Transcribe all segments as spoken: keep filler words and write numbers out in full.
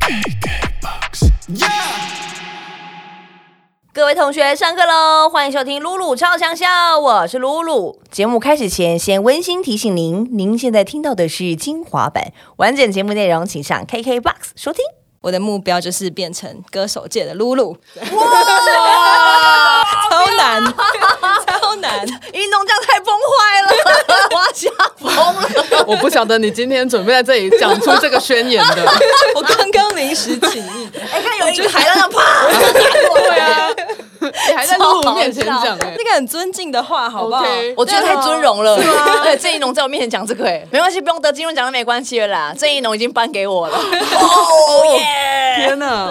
各位同学，上课喽！欢迎收听露露超强笑，我是露露。节目开始前，先温馨提醒您，您现在听到的是精华版，完整节目内容请上 K K B O X 收听。 我的目标就是变成歌手界的露露， 哇， 超难，超难！ 运动这样太崩坏了，我要吓疯了。 我不晓得你今天准备在这里讲出这个宣言的， 我刚刚临时起意， 哎，看有一个海浪啪， 对啊，你还在露露面前讲哎、欸， 那个很尊敬的话，好不好？ Okay. 我觉得太尊荣了。对，郑宜农在我面前讲这个，哎，没关系，不用得金钟奖都没关系了啦。郑宜农已经颁给我了。哦耶！ 天哪！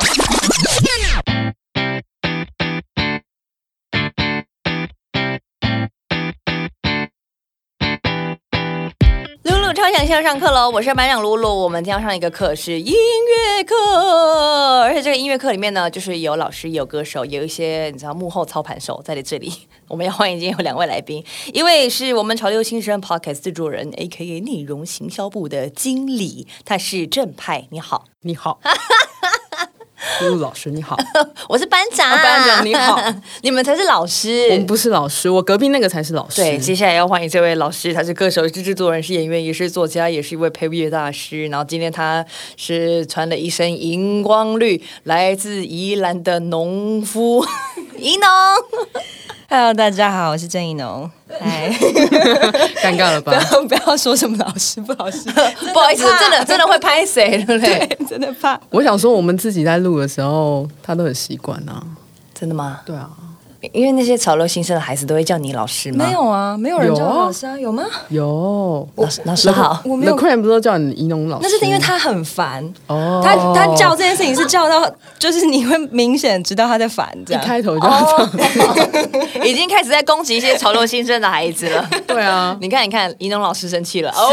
露露超想线上课喽！我是班长露露。我们今天要上一个课是音乐课，而且这个音乐课里面呢，就是有老师、有歌手，有一些你知道幕后操盘手在这里。我们要欢迎今天有两位来宾，一位是我们潮流新生 Podcast 制作人 ，A K A 内容行销部的经理，他是正派。你好， 你好。露露老师你好， 我是班长， 啊、班长你好， 你们才是老师， 我们不是老师，我隔壁那个才是老师。 对，接下来要欢迎这位老师，他是歌手、是制作人、是演员，也是作家，也是一位配乐大师。然后今天他是穿了一身荧光绿，来自宜兰的农夫宜农。 Hello， 大家好，我是郑宜农。哎， 尴尬了吧？ 不要不要说什么老师，不好意思， 不好意思，真的真的会拍谁，对不对？ 对，真的怕。 我想说，我们自己在录的时候，他都很习惯啊。 真的吗？ 对啊。 因为那些潮流新生的孩子都会叫你老师吗？ 没有啊，没有人叫我老师啊，有吗？ 有， 老师老师好。 我没有 The Cream 不都叫你宜农老师？ 那是因为他很烦哦， 他他叫这件事情是叫到，就是你会明显知道他在烦，这样一开头就要这样、 哦，已经开始在攻击一些潮流新生的孩子了。 对啊， 你看，你看，宜农老师生气了。 是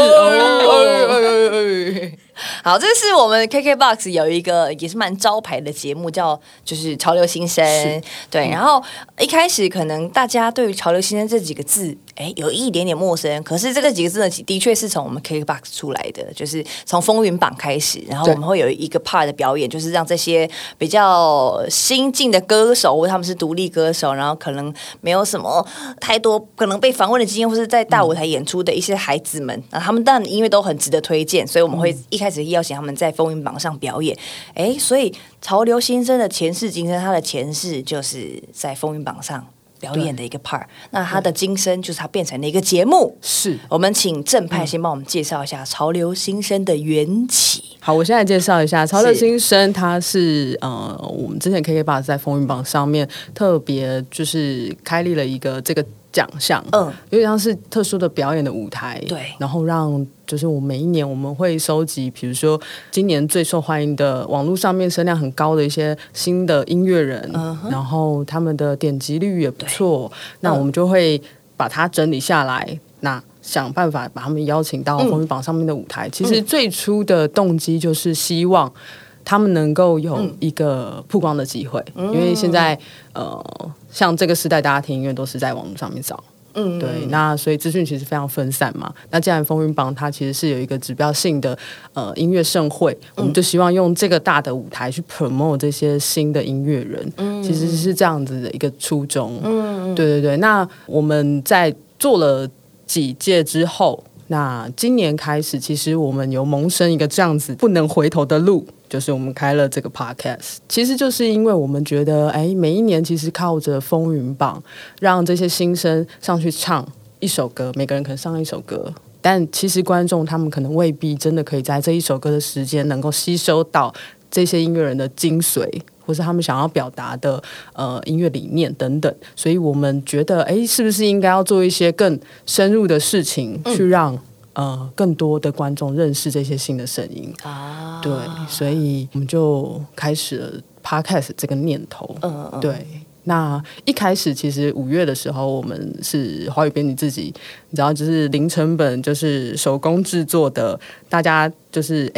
哦。 好，这是我们 K K B O X 有一个也是蛮招牌的节目，叫就是潮流新生。对，然后一开始可能大家对于潮流新生这几个字，哎，有一点点陌生。可是这个几个字呢，的确是从我们 K K B O X 出来的，就是从风云榜开始，然后我们会有一个 part 的表演，就是让这些比较新进的歌手，或他们是独立歌手，然后可能没有什么太多可能被访问的经验，或是在大舞台演出的一些孩子们，然后他们当然音乐都很值得推荐，所以我们会一开始邀请他们在风云榜上表演。哎，所以潮流新生的前世今生，他的前世就是在风云榜上表演的一个 part， 那他的今生就是他变成了一个节目。 是我们请正派先帮我们介绍一下潮流新生的缘起。 好，我现在介绍一下潮流新生，它是呃，我们之前 K K B O X 在风云榜上面特别就是开立了一个这个奖项，嗯，有点像是特殊的表演的舞台， 对， 然后让就是我每一年我们会收集，比如说今年最受欢迎的网络上面声量很高的一些新的音乐人，嗯、然后他们的点击率也不错，那我们就会把它整理下来，那想办法把他们邀请到风云榜上面的舞台。嗯、其实最初的动机就是希望他们能够有一个曝光的机会，嗯、因为现在呃，像这个时代，大家听音乐都是在网络上面找。嗯，对，那所以资讯其实非常分散嘛。那既然风云榜它其实是有一个指标性的呃音乐盛会，嗯、我们就希望用这个大的舞台去 promote 这些新的音乐人，嗯、其实是这样子的一个初衷。嗯，对对对。那我们在做了几届之后，那今年开始，其实我们有萌生一个这样子不能回头的路。就是我们开了这个 podcast， 其实就是因为我们觉得，哎，每一年其实靠着风云榜，让这些新生上去唱一首歌，每个人可能上一首歌，但其实观众他们可能未必真的可以在这一首歌的时间能够吸收到这些音乐人的精髓，或是他们想要表达的呃音乐理念等等，所以我们觉得，哎，是不是应该要做一些更深入的事情，嗯、去让呃，更多的观众认识这些新的声音啊，对，所以我们就开始了 podcast 这个念头。嗯嗯，对。那一开始其实五月的时候，我们是华语编辑自己，你知道，就是零成本，就是手工制作的，大家就是哎。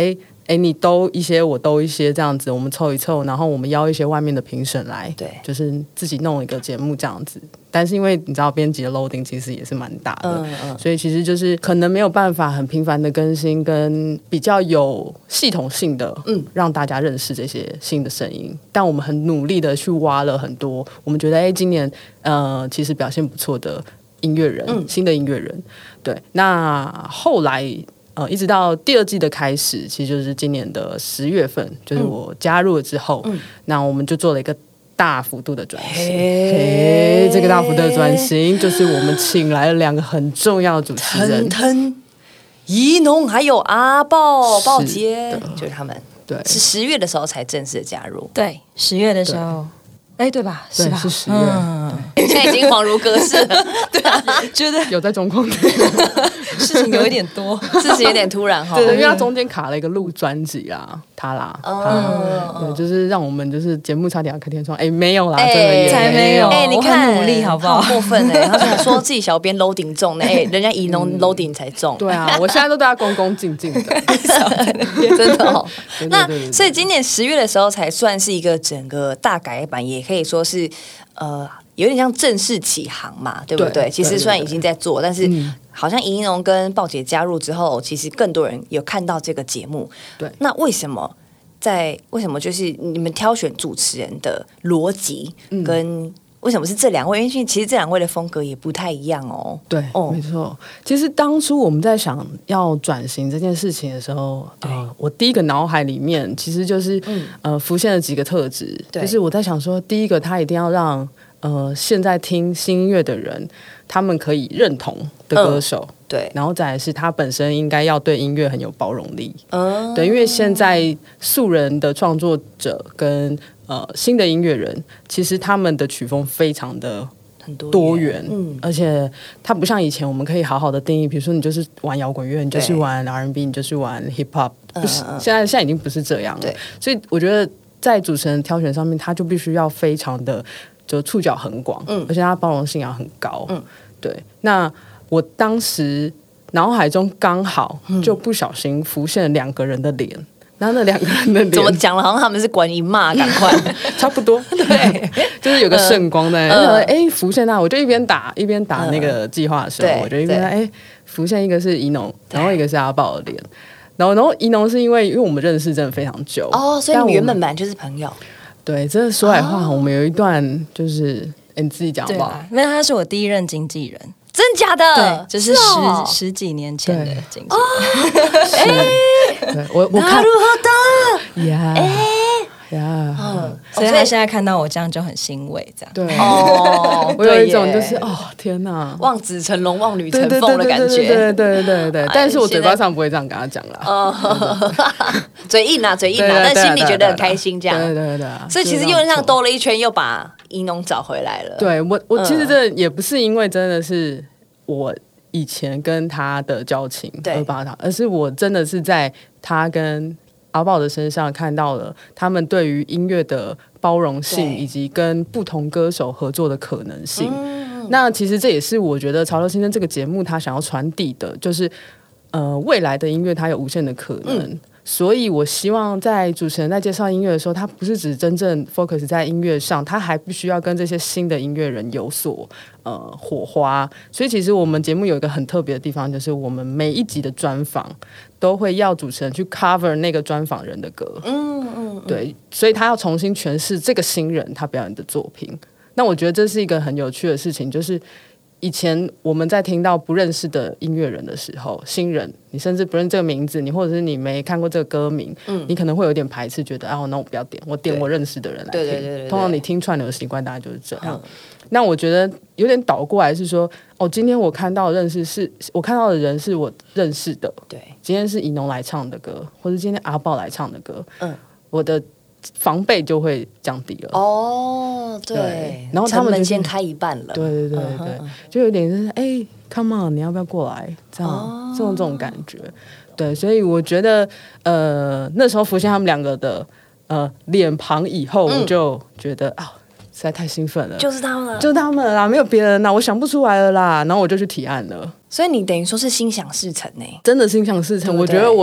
哎，你兜一些，我兜一些，这样子，我们凑一凑，然后我们邀一些外面的评审来， 对， 就是自己弄一个节目这样子。但是因为你知道编辑的 loading 其实也是蛮大的，嗯嗯，所以其实就是可能没有办法很频繁的更新，跟比较有系统性的，嗯，让大家认识这些新的声音。但我们很努力的去挖了很多，我们觉得哎，今年呃其实表现不错的音乐人，嗯、新的音乐人，对。那后来呃一直到第二季的开始，其实就是今年的十月份，就是我加入了之后，嗯、那我们就做了一个大幅度的转型，嘿，这个大幅度的转型就是我们请来了两个很重要的主持人， 腾腾、宜农还有阿豹、豹姐，就是他们。对，是十月的时候才正式的加入。 对，十月的时候，哎，对吧？是吧？ 是十月。嗯， 现在已经恍如隔世了， 对啊，觉得有在状况内， 事情有一点多， 事情有点突然哈。 对，因为他中间卡了一个录专辑啦。他啦，哦、他对，就是让我们就是节目差点要开天窗，哎，没有啦，真的也才没有， 哎，你看努力好不好？ 好过分哎，他说自己小编 loading 中呢，哎，人家宜农 loading 才中。 对啊，我现在都对他恭恭敬敬的， 真的哦。那所以今年十月的时候才算是一个整个大改版，也可以说是呃。有点像正式起航嘛，对不对？对，其实虽然已经在做，但是好像宜农跟豹姐加入之后，其实更多人有看到这个节目。 对， 那为什么在为什么就是你们挑选主持人的逻辑跟为什么是这两位？因为其实这两位的风格也不太一样哦。 对，哦、没错。其实当初我们在想要转型这件事情的时候，呃，我第一个脑海里面其实就是、嗯、呃浮现了几个特质，就是我在想说，第一个他一定要让呃，现在听新音乐的人，他们可以认同的歌手，嗯、 对， 然后再来是他本身应该要对音乐很有包容力，嗯，对，因为现在素人的创作者跟呃新的音乐人，其实他们的曲风非常的很多元，嗯，而且它不像以前我们可以好好的定义，比如说你就是玩摇滚乐，你就是玩 R and B， 你就是玩 Hip Hop， 不是，嗯、现在现在已经不是这样了，对，所以我觉得在主持人挑选上面，他就必须要非常的。就触角很广，嗯，而且它包容性要很高，嗯，对。那我当时脑海中刚好就不小心浮现了两个人的脸，然后那两个人的脸怎么讲了？好像他们是管姨妈，赶快， 差不多，对，就是有个圣光在，哎、嗯，浮现那，我就一边打一边打那个计划的时候，嗯、我就一边哎浮现一个是宜农，然后一个是阿豹的脸，然后然后宜农是因为因为我们认识真的非常久哦，所以你们原本本来就是朋友。 对，这说来话，哦、我们有一段就是，欸、你自己讲好不好？ 因为他是我第一任经纪人， 真假的？ 对，就是十、哦、十几年前的经纪人。哎、欸，我我看，呀，哎呀， 所以他现在看到我这样就很欣慰，这样。 对，哦，我有一种就是哦，天哪， 望子成龙，望女成凤的感觉。 对对对对对，但是我嘴巴上不会这样跟他讲啦。哦， 嘴硬啊，嘴硬啊，但心里觉得很开心，这样。 对对对。 所以其实又像兜了一圈，又把宜农找回来了。 对我，我其实这也不是因为真的是我以前跟他的交情而把他，而是我真的是在他跟阿豹的身上看到了他们对于音乐的包容性，以及跟不同歌手合作的可能性。嗯、那其实这也是我觉得《潮流新生》这个节目它想要传递的，就是呃未来的音乐它有无限的可能。嗯，所以我希望在主持人在介绍音乐的时候，他不是只真正 focus 在音乐上，他还必须要跟这些新的音乐人有所呃火花。所以其实我们节目有一个很特别的地方，就是我们每一集的专访都会要主持人去 cover 那个专访人的歌。嗯嗯嗯，对，所以他要重新诠释这个新人他表演的作品。那我觉得这是一个很有趣的事情，就是以前我们在听到不认识的音乐人的时候，新人你甚至不认这个名字，你或者是你没看过这个歌名，嗯、你可能会有点排斥，觉得啊，那我不要点，我点我认识的人来听。对对对对，通常你听串流的习惯大概就是这样。嗯、那我觉得有点倒过来是说，哦，今天我看到认识是我看到的人是我认识的，对，今天是宜农来唱的歌，或者今天阿豹来唱的歌，嗯，我的防备就会降低了。 哦，对，对，然后他们、就是、先开一半了。 对对对对，嗯、哼就有点就是哎、欸、，come on， 你要不要过来？这样、哦、这种这种感觉。对，所以我觉得呃那时候浮现他们两个的呃脸庞以后，嗯、我就觉得啊。实在太兴奋了， 就是他们了， 就是他们了啦，没有别人啦，我想不出来了啦，然后我就去提案了。 所以你等于说是心想事成呢、欸， 真的心想事成。我觉得我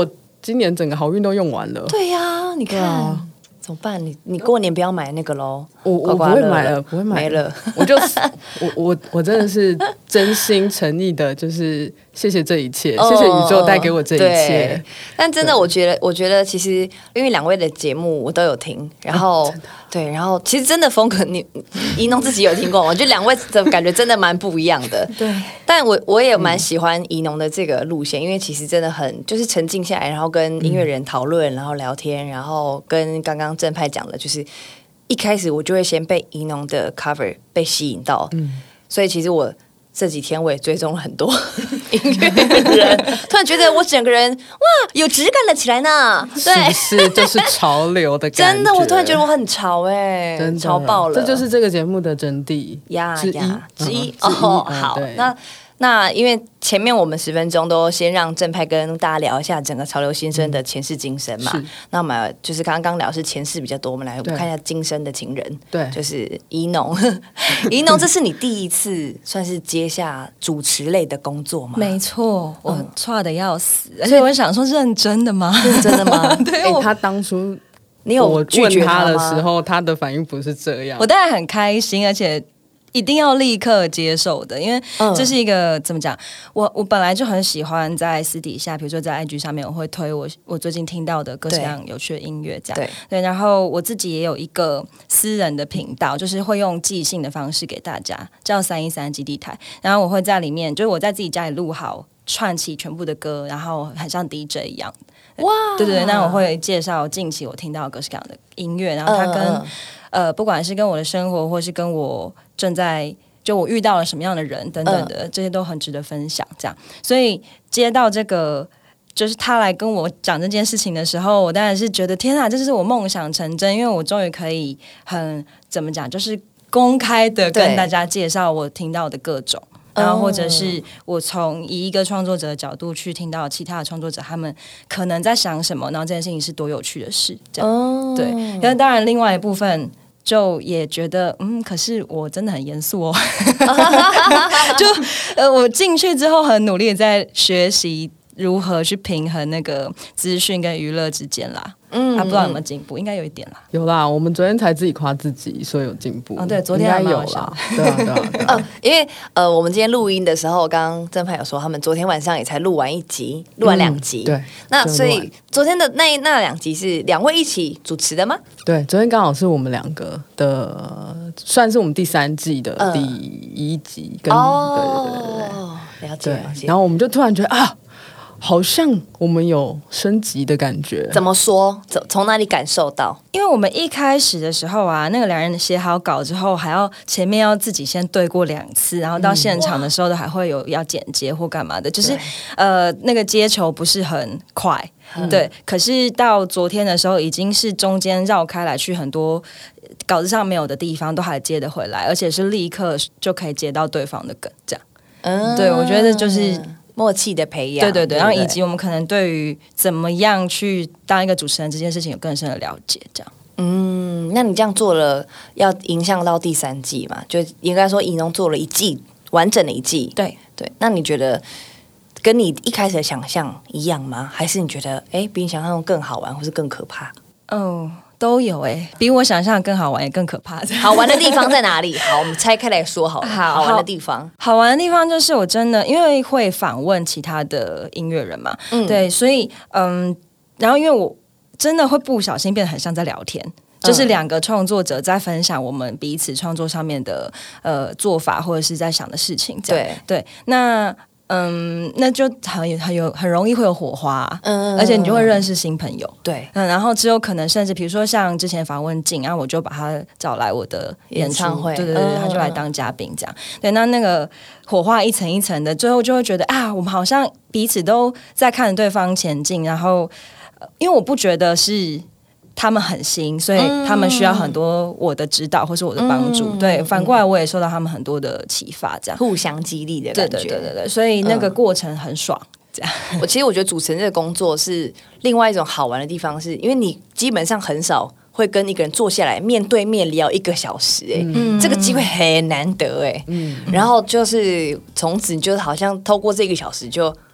今年整个好运都用完了。 对呀、啊，你看、啊、怎么办？你你过年不要买那个喽。 我我不会买了，不会买没了。 我就我我我真的是真心诚意的，就是谢谢这一切， 哦、 谢谢宇宙带给我这一切。 但真的，我觉得，我觉得其实因为两位的节目我都有听，然后、哦、对，然后其实真的风格，你宜农自己有听过吗？我觉得两位的感觉真的蛮不一样的。 对， 但我我也蛮喜欢宜农的这个路线，因为其实真的很就是沉静下来，然后跟音乐人讨论，然后聊天，然后跟刚刚正派讲的，就是。一开始我就会先被宜农的 cover 被吸引到，嗯，所以其实我这几天我也追踪了很多音乐人，突然觉得我整个人哇有质感了起来呢，对， 是不是就是潮流的感觉？ 真的，我突然觉得我很潮哎、欸，潮爆了， 这就是这个节目的真谛呀呀之一哦。 好，那那因为前面我们十分钟都先让正派跟大家聊一下整个潮流新生的前世今生嘛，嗯、那我们就是刚刚聊是前世比较多，我们来看一下今生的情人， 对， 就是宜农。宜农，这是你第一次算是接下主持类的工作吗？ 没错，我差的要死，而且我想说认真的吗？ 认真的吗？ 对、 欸，他当初你有拒绝他的时候，他的反应不是这样， 我当然很开心，而且。一定要立刻接受的，因为这是一个、嗯、怎么讲？我我本来就很喜欢在私底下，比如说在 I G 上面，我会推我我最近听到的各式各样有趣的音乐，这样 对, 对。然后我自己也有一个私人的频道，就是会用即兴的方式给大家，叫三一三基地台。然后我会在里面，就是我在自己家里录好串起全部的歌，然后很像 D J 一样。哇，对对对。那我会介绍近期我听到各式各样的音乐，然后它跟、嗯嗯、呃，不管是跟我的生活，或是跟我正在就我遇到了什么样的人等等的，嗯、这些都很值得分享。这样，所以接到这个就是他来跟我讲这件事情的时候，我当然是觉得天啊，这是我梦想成真，因为我终于可以很怎么讲，就是公开的跟大家介绍我听到的各种。然后或者是我从以一个创作者的角度去听到其他的创作者他们可能在想什么，然后这件事情是多有趣的事，这样、哦、对。但是当然另外一部分就也觉得嗯，可是我真的很严肃哦，就呃我进去之后很努力的在学习如何去平衡那个资讯跟娱乐之间啦。嗯，他、啊、不知道有没有进步，应该有一点啦。 有啦，我们昨天才自己夸自己说有进步。 哦，对，昨天还有啦。对啊，对啊。对啊呃，因为呃，我们今天录音的时候，刚刚正派有说，他们昨天晚上也才录完一集，录完两集。 嗯、对。 那所以昨天的那那两集是两位一起主持的吗？ 对，昨天刚好是我们两个的，算是我们第三季的第一集。跟、 哦， 对对对对，了解了解。 然后我们就突然觉得啊。好像我们有升级的感觉， 怎么说？从哪里感受到？ 因为我们一开始的时候啊，那个两人写好稿之后，还要前面要自己先对过两次，然后到现场的时候都还会有要剪接或干嘛的，就是呃那个接球不是很快，嗯、对。可是到昨天的时候，已经是中间绕开来去很多稿子上没有的地方都还接得回来，而且是立刻就可以接到对方的梗，这样。嗯，对，我觉得就是。 默契的培养， 对对对，然后以及我们可能对于怎么样去当一个主持人这件事情有更深的了解，这样。 嗯，那你这样做了，要影响到第三季嘛？就应该说，宜农做了一季完整的一季， 对对。那你觉得跟你一开始的想象一样吗？还是你觉得，哎，比你想象中更好玩，或是更可怕？ 哦。都有哎、欸，比我想象的更好玩，也更可怕。 好玩的地方在哪里？好，我们拆开来说好了。好，好玩的地方， 好玩的地方就是我真的因为会访问其他的音乐人嘛，嗯、对，所以嗯，然后因为我真的会不小心变得很像在聊天。就是两个创作者在分享我们彼此创作上面的呃做法，或者是在想的事情。这样对对，那。嗯，那就很很有很容易会有火花、啊，嗯，而且你就会认识新朋友， 对， 嗯，然后只有可能甚至比如说像之前访问静，然后我就把他找来我的演唱会，对对对，嗯、他就来当嘉宾这样，对，那那个火花一层一层的，最后就会觉得啊，我们好像彼此都在看着对方前进，然后因为我不觉得是。他们很新，所以他们需要很多我的指导或是我的帮助。嗯、对，反过来我也受到他们很多的启发，这样互相激励的感觉。 对对对对对，所以那个过程很爽。嗯、这样， 我其实我觉得主持人这个工作是另外一种好玩的地方是，是因为你基本上很少会跟一个人坐下来面对面聊一个小时、欸，哎、嗯，这个机会很难得、欸，哎，嗯，然后就是从此你就好像透过这个小时就。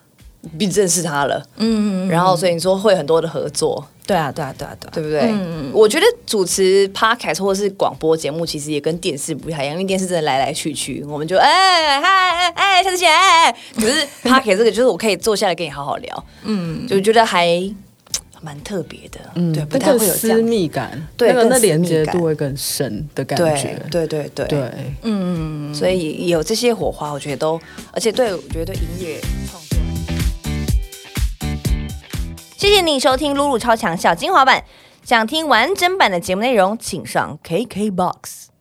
你认识他了，嗯，然后所以你说会很多的合作。 对啊，对啊，对啊，对啊， 对不对？嗯，我觉得主持 podcast 或者是广播节目，其实也跟电视不太一样，因为电视真的来来去去，我们就哎嗨哎下次见哎，可是 podcast 这个就是我可以坐下来跟你好好聊，嗯，就觉得还蛮特别的，嗯，对，不太会有这样私密感， 对， 那个那连接度会更深的感觉， 对对对对， 嗯，所以有这些火花，我觉得都，而且对我觉得对音乐创作。谢谢你收听露露超强小精华版，想听完整版的节目内容，请上 K K B O X。